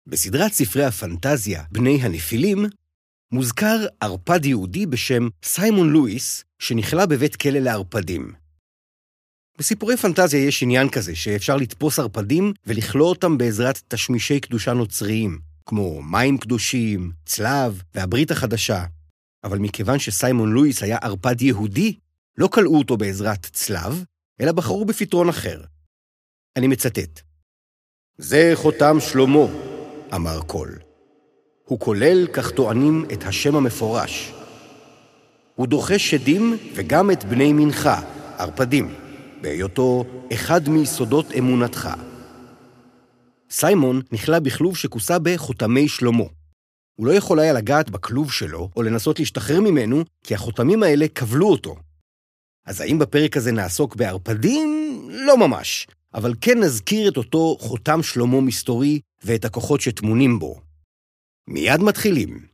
בסדרת ספרי הפנטזיה בני הנפילים, מוזכר ערפד יהודי בשם סיימון לואיס, שנכלה בבית כלא לערפדים. בסיפורי פנטזיה יש עניין כזה שאפשר לתפוס ערפדים ולכלוא אותם בעזרת תשמישי קדושה נוצריים, כמו מים קדושים, צלב והברית החדשה. אבל מכיוון שסיימון לואיס היה ערפד יהודי, לא כלאו אותו בעזרת צלב, אלא בחרו בפתרון אחר. אני מצטט. זה חותם שלמה, אמר קול. הוא כולל, כך טוענים, את השם המפורש. הוא דוחה שדים וגם את בני מנחה, ערפדים, בהיותו אחד מיסודות אמונתך. סיימון נכלה בכלוב שכוסה בחותמי שלמה. הוא לא יכול היה לגעת בכלוב שלו או לנסות להשתחרר ממנו, כי החותמים האלה כבלו אותו. אז האם בפרק הזה נעסוק בערפדים? לא ממש, אבל כן נזכיר את אותו חותם שלמה מסתורי ואת הכוחות שטמונים בו. מיד מתחילים.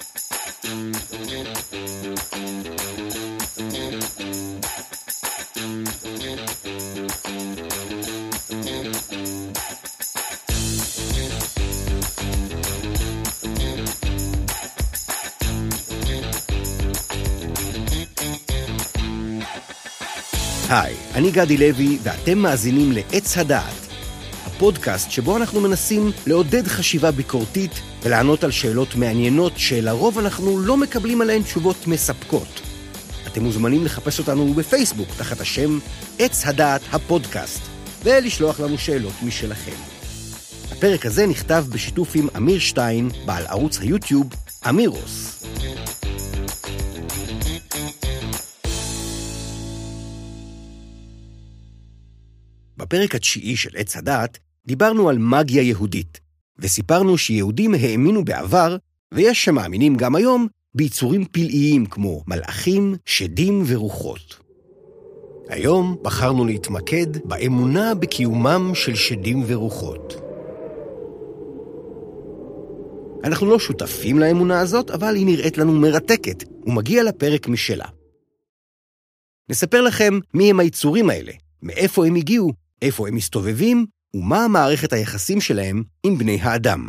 היי, אני גדי לוי ואתם מאזינים לעץ הדעת, הפודקאסט שבו אנחנו מנסים לעודד חשיבה ביקורתית ולענות על שאלות מעניינות שלרוב אנחנו לא מקבלים עליהן תשובות מספקות. אתם מוזמנים לחפש אותנו בפייסבוק תחת השם עץ הדעת הפודקאסט ולשלוח לנו שאלות משלכם. הפרק הזה נכתב בשיתוף עם אמיר שטיין בעל ערוץ היוטיוב אמירוס. בפרק התשיעי של עץ הדעת דיברנו על מגיה יהודית, וסיפרנו שיהודים האמינו בעבר, ויש שמאמינים גם היום, ביצורים פלאיים כמו מלאכים, שדים ורוחות. היום בחרנו להתמקד באמונה בקיומם של שדים ורוחות. אנחנו לא שותפים לאמונה הזאת, אבל היא נראית לנו מרתקת, ומגיע לפרק משלה. נספר לכם מי הם היצורים האלה, מאיפה הם הגיעו, איפה הם מסתובבים, ומה מערכת היחסים שלהם עם בני האדם.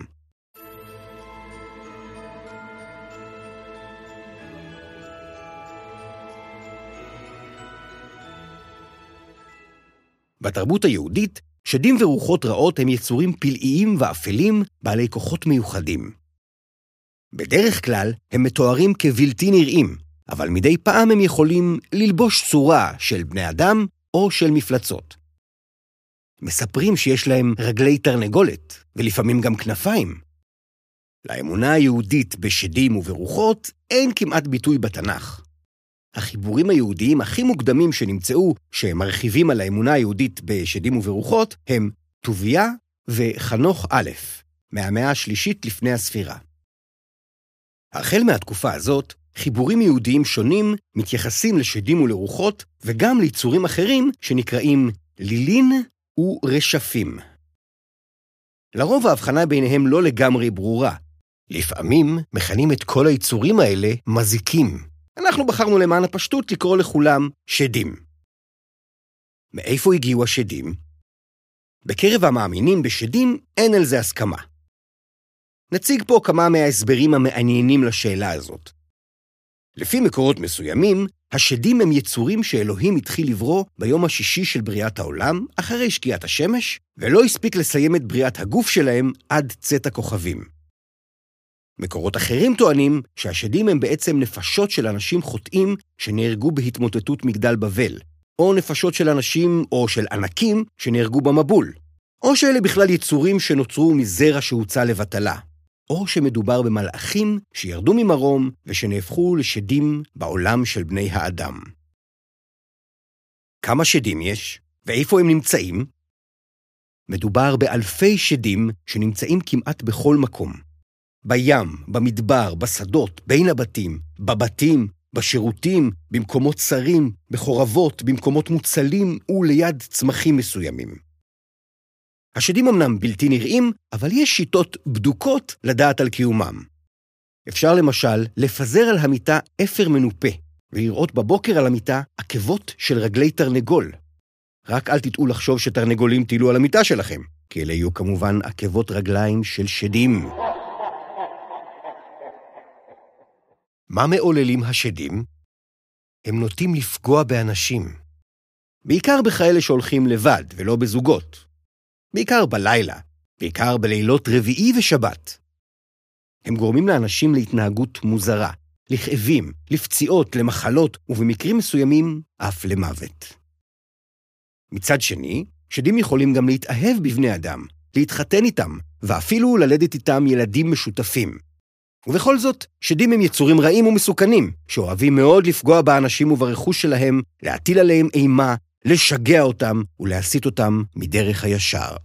בתרבות היהודית, שדים ורוחות רעות הם יצורים פלאיים ואפלים בעלי כוחות מיוחדים. בדרך כלל הם מתוארים כבלתי נראים, אבל מדי פעם הם יכולים ללבוש צורה של בני אדם או של מפלצות. מספרים שיש להם רגלי תרנגולת, ולפעמים גם כנפיים. לאמונה היהודית בשדים וברוחות אין כמעט ביטוי בתנ"ך. החיבורים היהודיים הכי מוקדמים שנמצאו, שמרחיבים על האמונה היהודית בשדים וברוחות, הם טוביה וחנוך א', מהמאה השלישית לפני הספירה. החל מהתקופה הזאת, חיבורים יהודיים שונים מתייחסים לשדים ולרוחות, וגם ליצורים אחרים שנקראים לילין ורשפים. לרוב ההבחנה ביניהם לא לגמרי ברורה. לפעמים מכנים את כל היצורים האלה מזיקים. אנחנו בחרנו למען הפשטות לקרוא לכולם שדים. מאיפה הגיעו השדים? בקרב המאמינים בשדים אין על זה הסכמה. נציג פה כמה מההסברים המעניינים לשאלה הזאת. לפי מקורות מסוימים, השדים הם יצורים שאלוהים התחיל לברוא ביום השישי של בריאת העולם, אחרי שקיעת השמש, ולא הספיק לסיים את בריאת הגוף שלהם עד צאת הכוכבים. מקורות אחרים טוענים שהשדים הם בעצם נפשות של אנשים חוטאים שנהרגו בהתמוטטות מגדל בבל, או נפשות של אנשים או של ענקים שנהרגו במבול, או שאלה בכלל יצורים שנוצרו מזרע שהוצא לבטלה. או שמדובר במלאכים שירדו ממרום ושנהפכו לשדים בעולם של בני האדם. כמה שדים יש? ואיפה הם נמצאים? מדובר באלפי שדים שנמצאים כמעט בכל מקום. בים, במדבר, בשדות, בין הבתים, בבתים, בשירותים, במקומות צרים, בחורבות, במקומות מוצלים וליד צמחים מסוימים. השדים אמנם בלתי נראים, אבל יש שיטות בדוקות לדעת על קיומם. אפשר למשל לפזר על המיטה אפר מנופה, ולראות בבוקר על המיטה עקבות של רגלי תרנגול. רק אל תטעו לחשוב שתרנגולים טילו על המיטה שלכם, כי אלה יהיו כמובן עקבות רגליים של שדים. מה מעוללים השדים? הם נוטים לפגוע באנשים. בעיקר בכאלה שהולכים לבד ולא בזוגות. בעיקר בלילה, בעיקר בלילות רביעי ושבת. הם גורמים לאנשים להתנהגות מוזרה, לכאבים, לפציעות, למחלות, ובמקרים מסוימים אף למוות. מצד שני, שדים יכולים גם להתאהב בבני אדם, להתחתן איתם, ואפילו ללדת איתם ילדים משותפים. ובכל זאת, שדים הם יצורים רעים ומסוכנים, שאוהבים מאוד לפגוע באנשים וברכוש שלהם, להטיל עליהם אימה, לשגע אותם ולהסיט אותם מדרך הישר.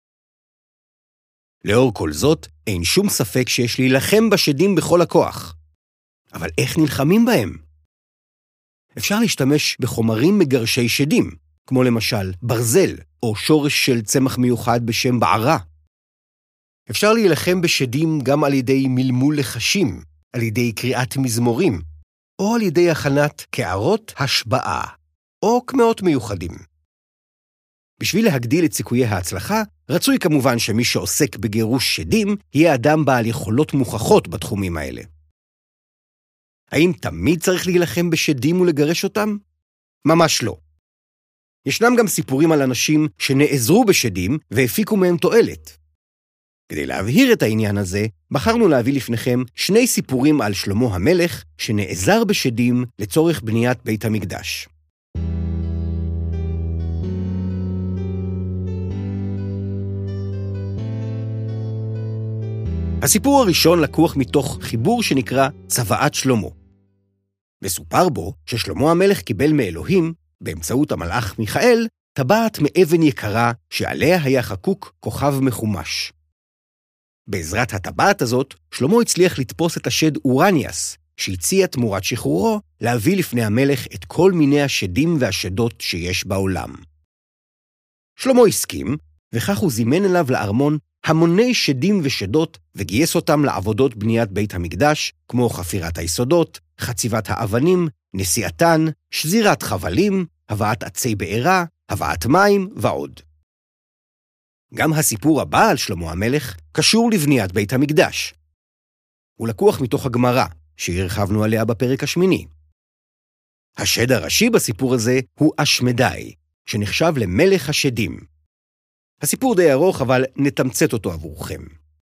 לאור כל זאת, אין שום ספק שיש להילחם בשדים בכל הכוח. אבל איך נלחמים בהם? אפשר להשתמש בחומרים מגרשי שדים, כמו למשל ברזל או שורש של צמח מיוחד בשם בערה. אפשר להילחם בשדים גם על ידי מלמול לחשים, על ידי קריאת מזמורים, או על ידי הכנת קערות השבעה, או קמעות מיוחדים. בשביל להגדיל את סיכויי ההצלחה, רצוי כמובן שמי שעוסק בגירוש שדים יהיה אדם בעל יכולות מוכחות בתחומים האלה. האם תמיד צריך להילחם בשדים ולגרש אותם? ממש לא. ישנם גם סיפורים על אנשים שנעזרו בשדים והפיקו מהם תועלת. כדי להבהיר את העניין הזה, בחרנו להביא לפניכם שני סיפורים על שלמה המלך שנעזר בשדים לצורך בניית בית המקדש. הסיפור הראשון לקוח מתוך חיבור שנקרא צוואת שלמה. מסופר בו ששלמה המלך קיבל מאלוהים, באמצעות המלאך מיכאל, טבעת מאבן יקרה שעליה היה חקוק כוכב מחומש. בעזרת הטבעת הזאת, שלמה הצליח לתפוס את השד אורניאס, שהציע תמורת שחרורו להביא לפני המלך את כל מיני השדים והשדות שיש בעולם. שלמה הסכים, וכך הוא זימן אליו לארמון המוני שדים ושדות, וגייס אותם לעבודות בניית בית המקדש, כמו חפירת היסודות, חציבת האבנים, נשיאתן, שזירת חבלים, הבאת עצי בעירה, הבאת מים ועוד. גם הסיפור הבא על שלמה המלך קשור לבניית בית המקדש. הוא לקוח מתוך הגמרא, שהרחבנו עליה בפרק השמיני. השד הראשי בסיפור הזה הוא אשמדאי, שנחשב למלך השדים. הסיפור די ארוך, אבל נתמצת אותו עבורכם.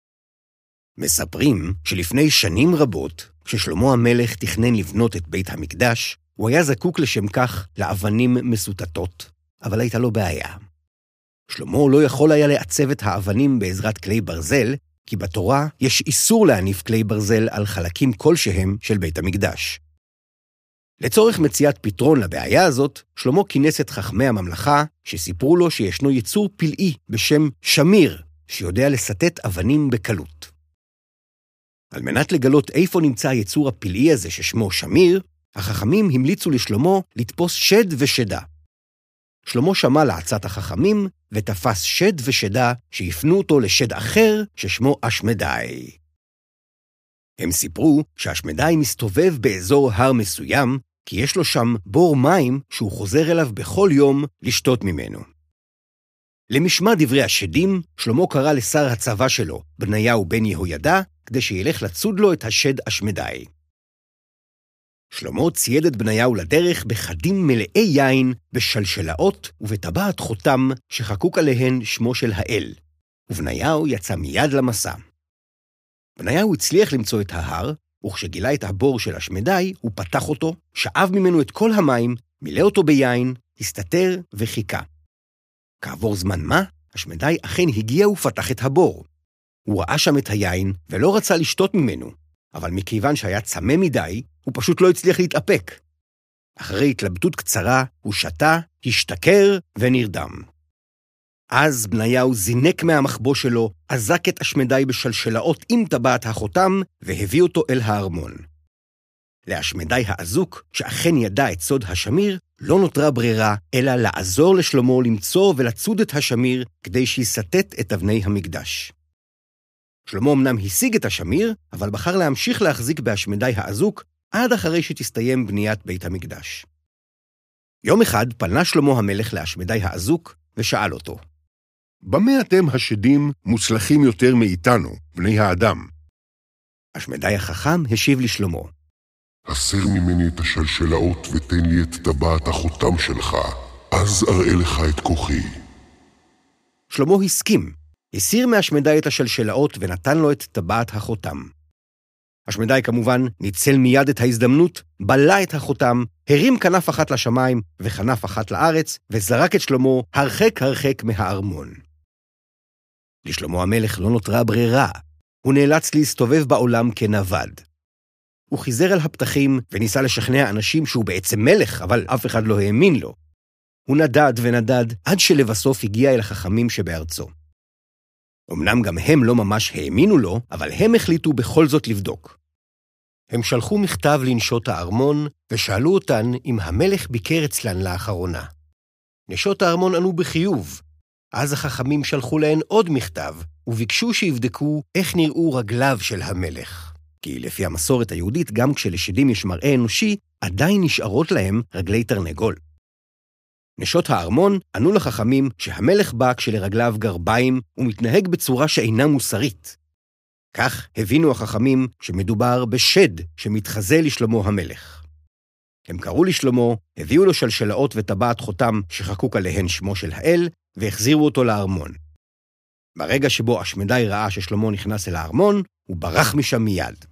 מספרים שלפני שנים רבות, כששלמה המלך תכנן לבנות את בית המקדש, הוא היה זקוק לשם כך לאבנים מסוטטות, אבל הייתה לו בעיה. שלמה לא יכול היה לעצב את האבנים בעזרת כלי ברזל, כי בתורה יש איסור להניף כלי ברזל על חלקים כלשהם של בית המקדש. לצורך מציאת פתרון לבעיה הזאת, שלמה כינס את חכמי הממלכה, שסיפרו לו שישנו יצור פלאי בשם שמיר, שיודע לסטט אבנים בקלות. על מנת לגלות איפה נמצא היצור הפלאי הזה ששמו שמיר, החכמים המליצו לשלמה לתפוס שד ושדה. שלמה שמע לעצת החכמים, ותפס שד ושדה שיפנו אותו לשד אחר ששמו אשמדאי. הם סיפרו שאשמדאי מסתובב באזור הר מסוים, כי יש לו שם בור מים שהוא חוזר אליו בכל יום לשתות ממנו. למשמע דברי השדים, שלמה קרא לשר הצבא שלו, בניהו בן יהוידע, כדי שילך לצוד לו את השד אשמדאי. שלמה צייד את בניהו לדרך בחדים מלאי יין, בשלשלאות ובטבעת חותם שחקוק עליהן שמו של האל, ובניהו יצא מיד למסע. בניהו הצליח למצוא את ההר, וכשגילה את הבור של אשמדאי, הוא פתח אותו, שאב ממנו את כל המים, מילא אותו ביין, הסתתר וחיכה. כעבור זמן מה, אשמדאי אכן הגיע ופתח את הבור. הוא ראה שם את היין ולא רצה לשתות ממנו, אבל מכיוון שהיה צמא מדי, הוא פשוט לא הצליח להתאפק. אחרי התלבטות קצרה, הוא שתה, השתכר ונרדם. אז בניהו זינק מהמחבוא שלו, אזק את אשמדאי בשלשלאות עם טבעת החותם, והביא אותו אל הארמון. לאשמדאי האזוק, שאכן ידע את סוד השמיר, לא נותרה ברירה, אלא לעזור לשלמה למצוא ולצוד את השמיר, כדי שיסטט את אבני המקדש. שלמה אמנם השיג את השמיר, אבל בחר להמשיך להחזיק באשמדאי האזוק, עד אחרי שתסתיים בניית בית המקדש. יום אחד פנה שלמה המלך לאשמדאי האזוק, ושאל אותו, במה אתם השדים מוצלחים יותר מאיתנו, בני האדם? השמדי החכם השיב לשלמה. הסר ממני את השלשלאות ותן לי את טבעת החותם שלך, אז אראה לך את כוחי. שלמה הסכים, הסיר מהשמדי את השלשלאות ונתן לו את טבעת החותם. השמדי כמובן ניצל מיד את ההזדמנות, בלע את החותם, הרים כנף אחת לשמיים וכנף אחת לארץ, וזרק את שלמה הרחק הרחק מהארמון. לשלמה המלך לא נותרה ברירה, הוא נאלץ להסתובב בעולם כנווד. הוא חיזר על הפתחים וניסה לשכנע אנשים שהוא בעצם מלך, אבל אף אחד לא האמין לו. הוא נדד ונדד עד שלבסוף הגיע אל החכמים שבארצו. אמנם גם הם לא ממש האמינו לו, אבל הם החליטו בכל זאת לבדוק. הם שלחו מכתב לנשות הארמון ושאלו אותן אם המלך ביקר אצלן לאחרונה. נשות הארמון ענו בחיוב. אז החכמים שלחו להן עוד מכתב וביקשו שיבדקו איך נראו רגליו של המלך. כי לפי המסורת היהודית, גם כשלשדים יש מראה אנושי, עדיין נשארות להם רגלי תרנגול. נשות הארמון ענו לחכמים שהמלך בא כשלרגליו גרביים ומתנהג בצורה שאינה מוסרית. כך הבינו החכמים שמדובר בשד שמתחזה לשלמה המלך. הם קראו לשלמה, הביאו לו שלשלאות וטבעת חותם שחקוק עליהן שמו של האל, והחזירו אותו לארמון. ברגע שבו השמדי ראה ששלמה נכנס אל הארמון, הוא ברח משם מיד.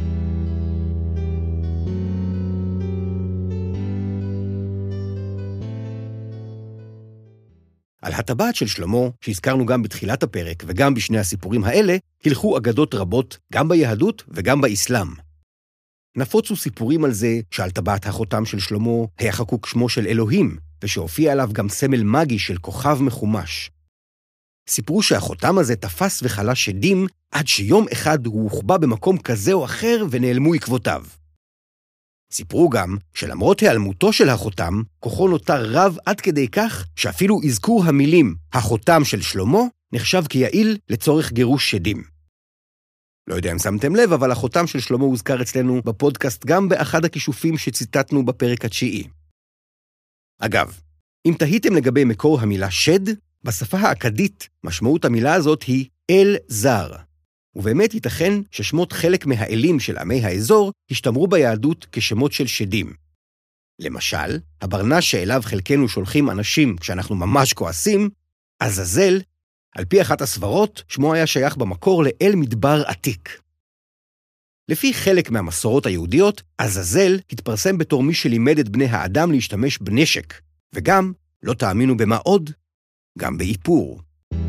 על הטבעת של שלמה, שהזכרנו גם בתחילת הפרק וגם בשני הסיפורים האלה, הלכו אגדות רבות גם ביהדות וגם באסלאם. נפוצו סיפורים על זה שעל טבעת החותם של שלמה היה חקוק שמו של אלוהים, ושהופיע עליו גם סמל מגי של כוכב מחומש. סיפרו שהחותם הזה תפס וחלה שדים עד שיום אחד הוא הוחבא במקום כזה או אחר ונעלמו עקבותיו. סיפרו גם שלמרות היעלמותו של החותם, כוחו נותר רב עד כדי כך שאפילו אזכור המילים החותם של שלמה נחשב כיעיל לצורך גירוש שדים. לא יודע אם שמתם לב, אבל החותם של שלמה הוזכר אצלנו בפודקאסט גם באחד הכישופים שציטטנו בפרק התשיעי. אגב, אם תהיתם לגבי מקור המילה שד, בשפה האכדית משמעות המילה הזאת היא אל זר. ובאמת ייתכן ששמות חלק מהאלים של עמי האזור השתמרו ביהדות כשמות של שדים. למשל, הברנש שאליו חלקנו שולחים אנשים כשאנחנו ממש כועסים, עזאזל, על פי אחת הסברות, שמו היה שייך במקור לאל מדבר עתיק. לפי חלק מהמסורות היהודיות, עזאזל התפרסם בתור מי שלימד את בני האדם להשתמש בנשק, וגם, לא תאמינו במה עוד, גם באיפור.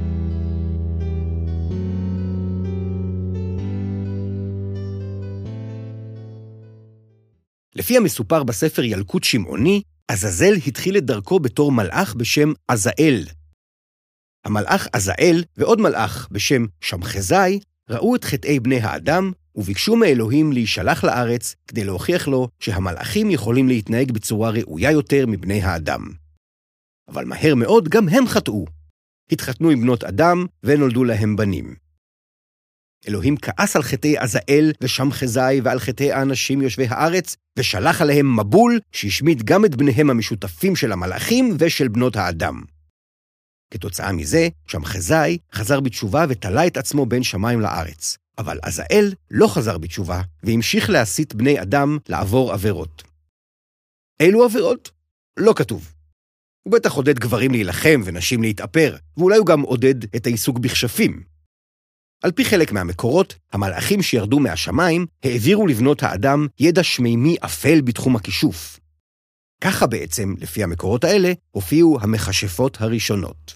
לפי המסופר בספר ילקוט שמעוני, עזאזל התחיל את דרכו בתור מלאך בשם עזאל. המלאך עזאל ועוד מלאך בשם שמחזאי ראו את חטאי בני האדם וביקשו מאלוהים להישלח לארץ כדי להוכיח לו שהמלאכים יכולים להתנהג בצורה ראויה יותר מבני האדם. אבל מהר מאוד גם הם חטאו. התחתנו עם בנות אדם ונולדו להם בנים. אלוהים כעס על חטאי עזאל ושמחזאי ועל חטאי האנשים יושבי הארץ, ושלח עליהם מבול שהשמיד גם את בניהם המשותפים של המלאכים ושל בנות האדם. כתוצאה מזה, שמחזאי חזר בתשובה ותלה את עצמו בין שמיים לארץ. אבל עזאל לא חזר בתשובה והמשיך להסית בני אדם לעבור עבירות. אילו עבירות? לא כתוב. הוא בטח עודד גברים להילחם ונשים להתאפר, ואולי הוא גם עודד את העיסוק בכשפים. על פי חלק מהמקורות, המלאכים שירדו מהשמיים העבירו לבנות האדם ידע שמימי אפל בתחום הכישוף. ככה בעצם, לפי המקורות האלה, הופיעו המכשפות הראשונות.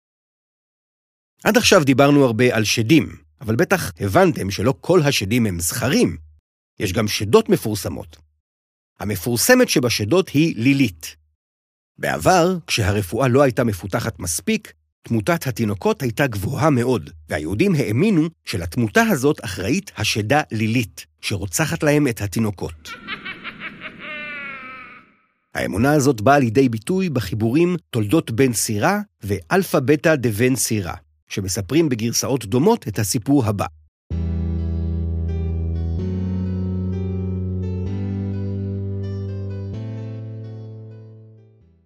עד עכשיו דיברנו הרבה על שדים, אבל בטח הבנתם שלא כל השדים הם זכרים. יש גם שדות מפורסמות. המפורסמת שבשדות היא לילית. בעבר, כשהרפואה לא הייתה מפותחת מספיק, תמותת התינוקות הייתה גבוהה מאוד, והיהודים האמינו שלתמותה הזאת אחראית השדה לילית, שרוצחת להם את התינוקות. האמונה הזאת באה לידי ביטוי בחיבורים תולדות בן סירה ואלפא בטא דבן סירה, שמספרים בגרסאות דומות את הסיפור הבא.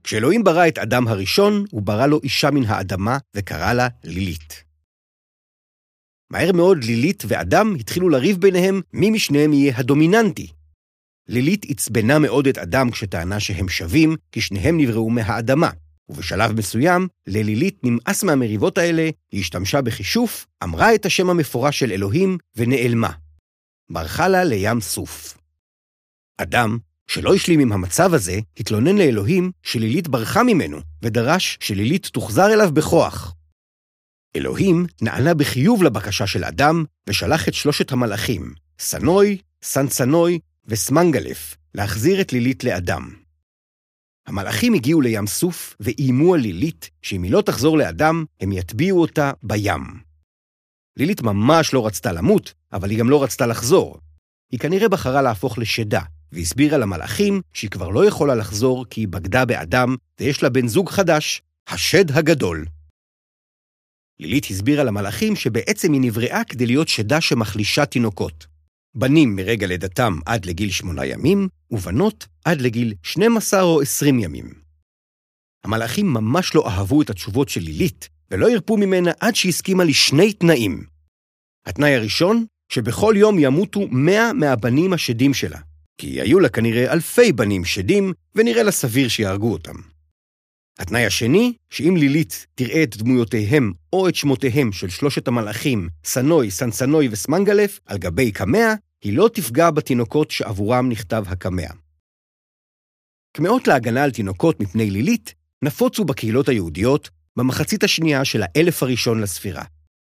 כשאלוהים ברא את אדם הראשון, הוא ברא לו אישה מן האדמה וקרא לה לילית. מהר מאוד לילית ואדם התחילו לריב ביניהם מי משניהם יהיה הדומיננטי. לילית עצבנה מאוד את אדם כשטענה שהם שווים, כי שניהם נבראו מהאדמה, ובשלב מסוים ללילית נמאס מהמריבות האלה, היא השתמשה בכישוף, אמרה את השם המפורש של אלוהים ונעלמה. ברחה לה לים סוף. אדם, שלא השלים עם המצב הזה, התלונן לאלוהים שלילית ברחה ממנו, ודרש שלילית תוחזר אליו בכוח. אלוהים נענה בחיוב לבקשה של אדם, ושלח את 3 המלאכים, סנוי, סנסנוי וסמנגלף, להחזיר את לילית לאדם. המלאכים הגיעו לים סוף, ואיימו על לילית, שאם היא לא תחזור לאדם, הם יטביעו אותה בים. לילית ממש לא רצתה למות, אבל היא גם לא רצתה לחזור. היא כנראה בחרה להפוך לשדה, והסבירה למלאכים שהיא כבר לא יכולה לחזור כי היא בגדה באדם, ויש לה בן זוג חדש, השד הגדול. לילית הסבירה למלאכים שבעצם היא נבראה כדי להיות שדה שמחלישה תינוקות. בנים מרגע לידתם עד לגיל 8 ימים, ובנות עד לגיל 12 או 20 ימים. המלאכים ממש לא אהבו את התשובות של לילית, ולא ירפו ממנה עד שהסכימה לשני תנאים. התנאי הראשון, שבכל יום ימותו 100 מהבנים השדים שלה, כי היו לה כנראה אלפי בנים שדים, ונראה לה סביר שיהרגו אותם. התנאי השני, שאם לילית תראה את דמויותיהם או את שמותיהם של 3 המלאכים, סנוי, סנסנוי וסמנגלף, על גבי קמע, היא לא תפגע בתינוקות שעבורם נכתב הקמע. קמעות להגנה על תינוקות מפני לילית נפוצו בקהילות היהודיות במחצית השנייה של 1000 הראשון לספירה.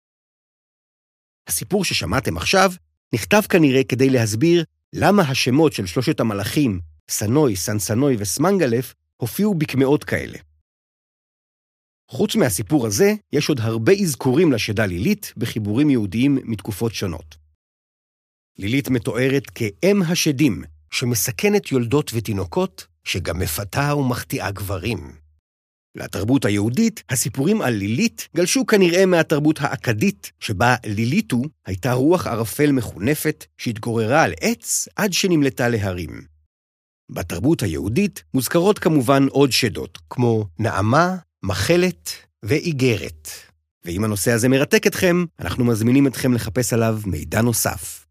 הסיפור ששמעתם עכשיו נכתב כנראה כדי להסביר למה השמות של 3 המלאכים, סנוי, סנסנוי וסמנגלף, הופיעו בקמעות כאלה. חוץ מהסיפור הזה, יש עוד הרבה אזכורים לשדה לילית בחיבורים יהודיים מתקופות שונות. לילית מתוארת כאם השדים, שמסכנת יולדות ותינוקות, שגם מפתה ומחטיאה גברים. לתרבות היהודית, הסיפורים על לילית גלשו כנראה מהתרבות האכדית, שבה ליליתו הייתה רוח ערפל מחונפת שהתגוררה על עץ עד שנמלטה להרים. בתרבות היהודית מוזכרות כמובן עוד שדות, כמו נעמה, מחלת ואיגרת. ואם הנושא הזה מרתק אתכם, אנחנו מזמינים אתכם לחפש עליו מידע נוסף.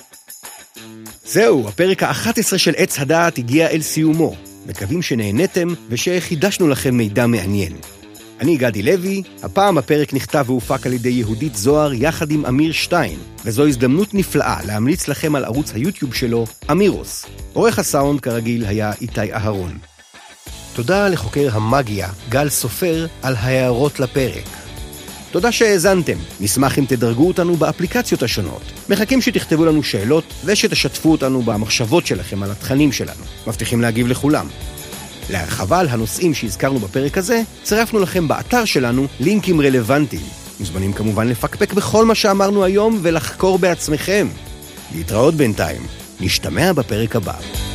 זהו, הפרק ה-11 של עץ הדעת הגיע אל סיומו. מקווים שנהנתם ושחידשנו לכם מידע מעניין. אני גדי לוי, הפעם הפרק נכתב והופק על ידי יהודית זוהר יחד עם אמיר שטיין, וזו הזדמנות נפלאה להמליץ לכם על ערוץ היוטיוב שלו, אמירוס. עורך הסאונד כרגיל היה איתי אהרון. תודה לחוקר המגיה, גל סופר, על ההערות לפרק. תודה שהאזנתם, נשמח אם תדרגו אותנו באפליקציות השונות. מחכים שתכתבו לנו שאלות ושתשתפו אותנו במחשבות שלכם על התכנים שלנו. מבטיחים להגיב לכולם. להרחבה על הנושאים שהזכרנו בפרק הזה, צירפנו לכם באתר שלנו לינקים רלוונטיים. מוזמנים כמובן לפקפק בכל מה שאמרנו היום ולחקור בעצמכם. להתראות בינתיים, נשתמע בפרק הבא.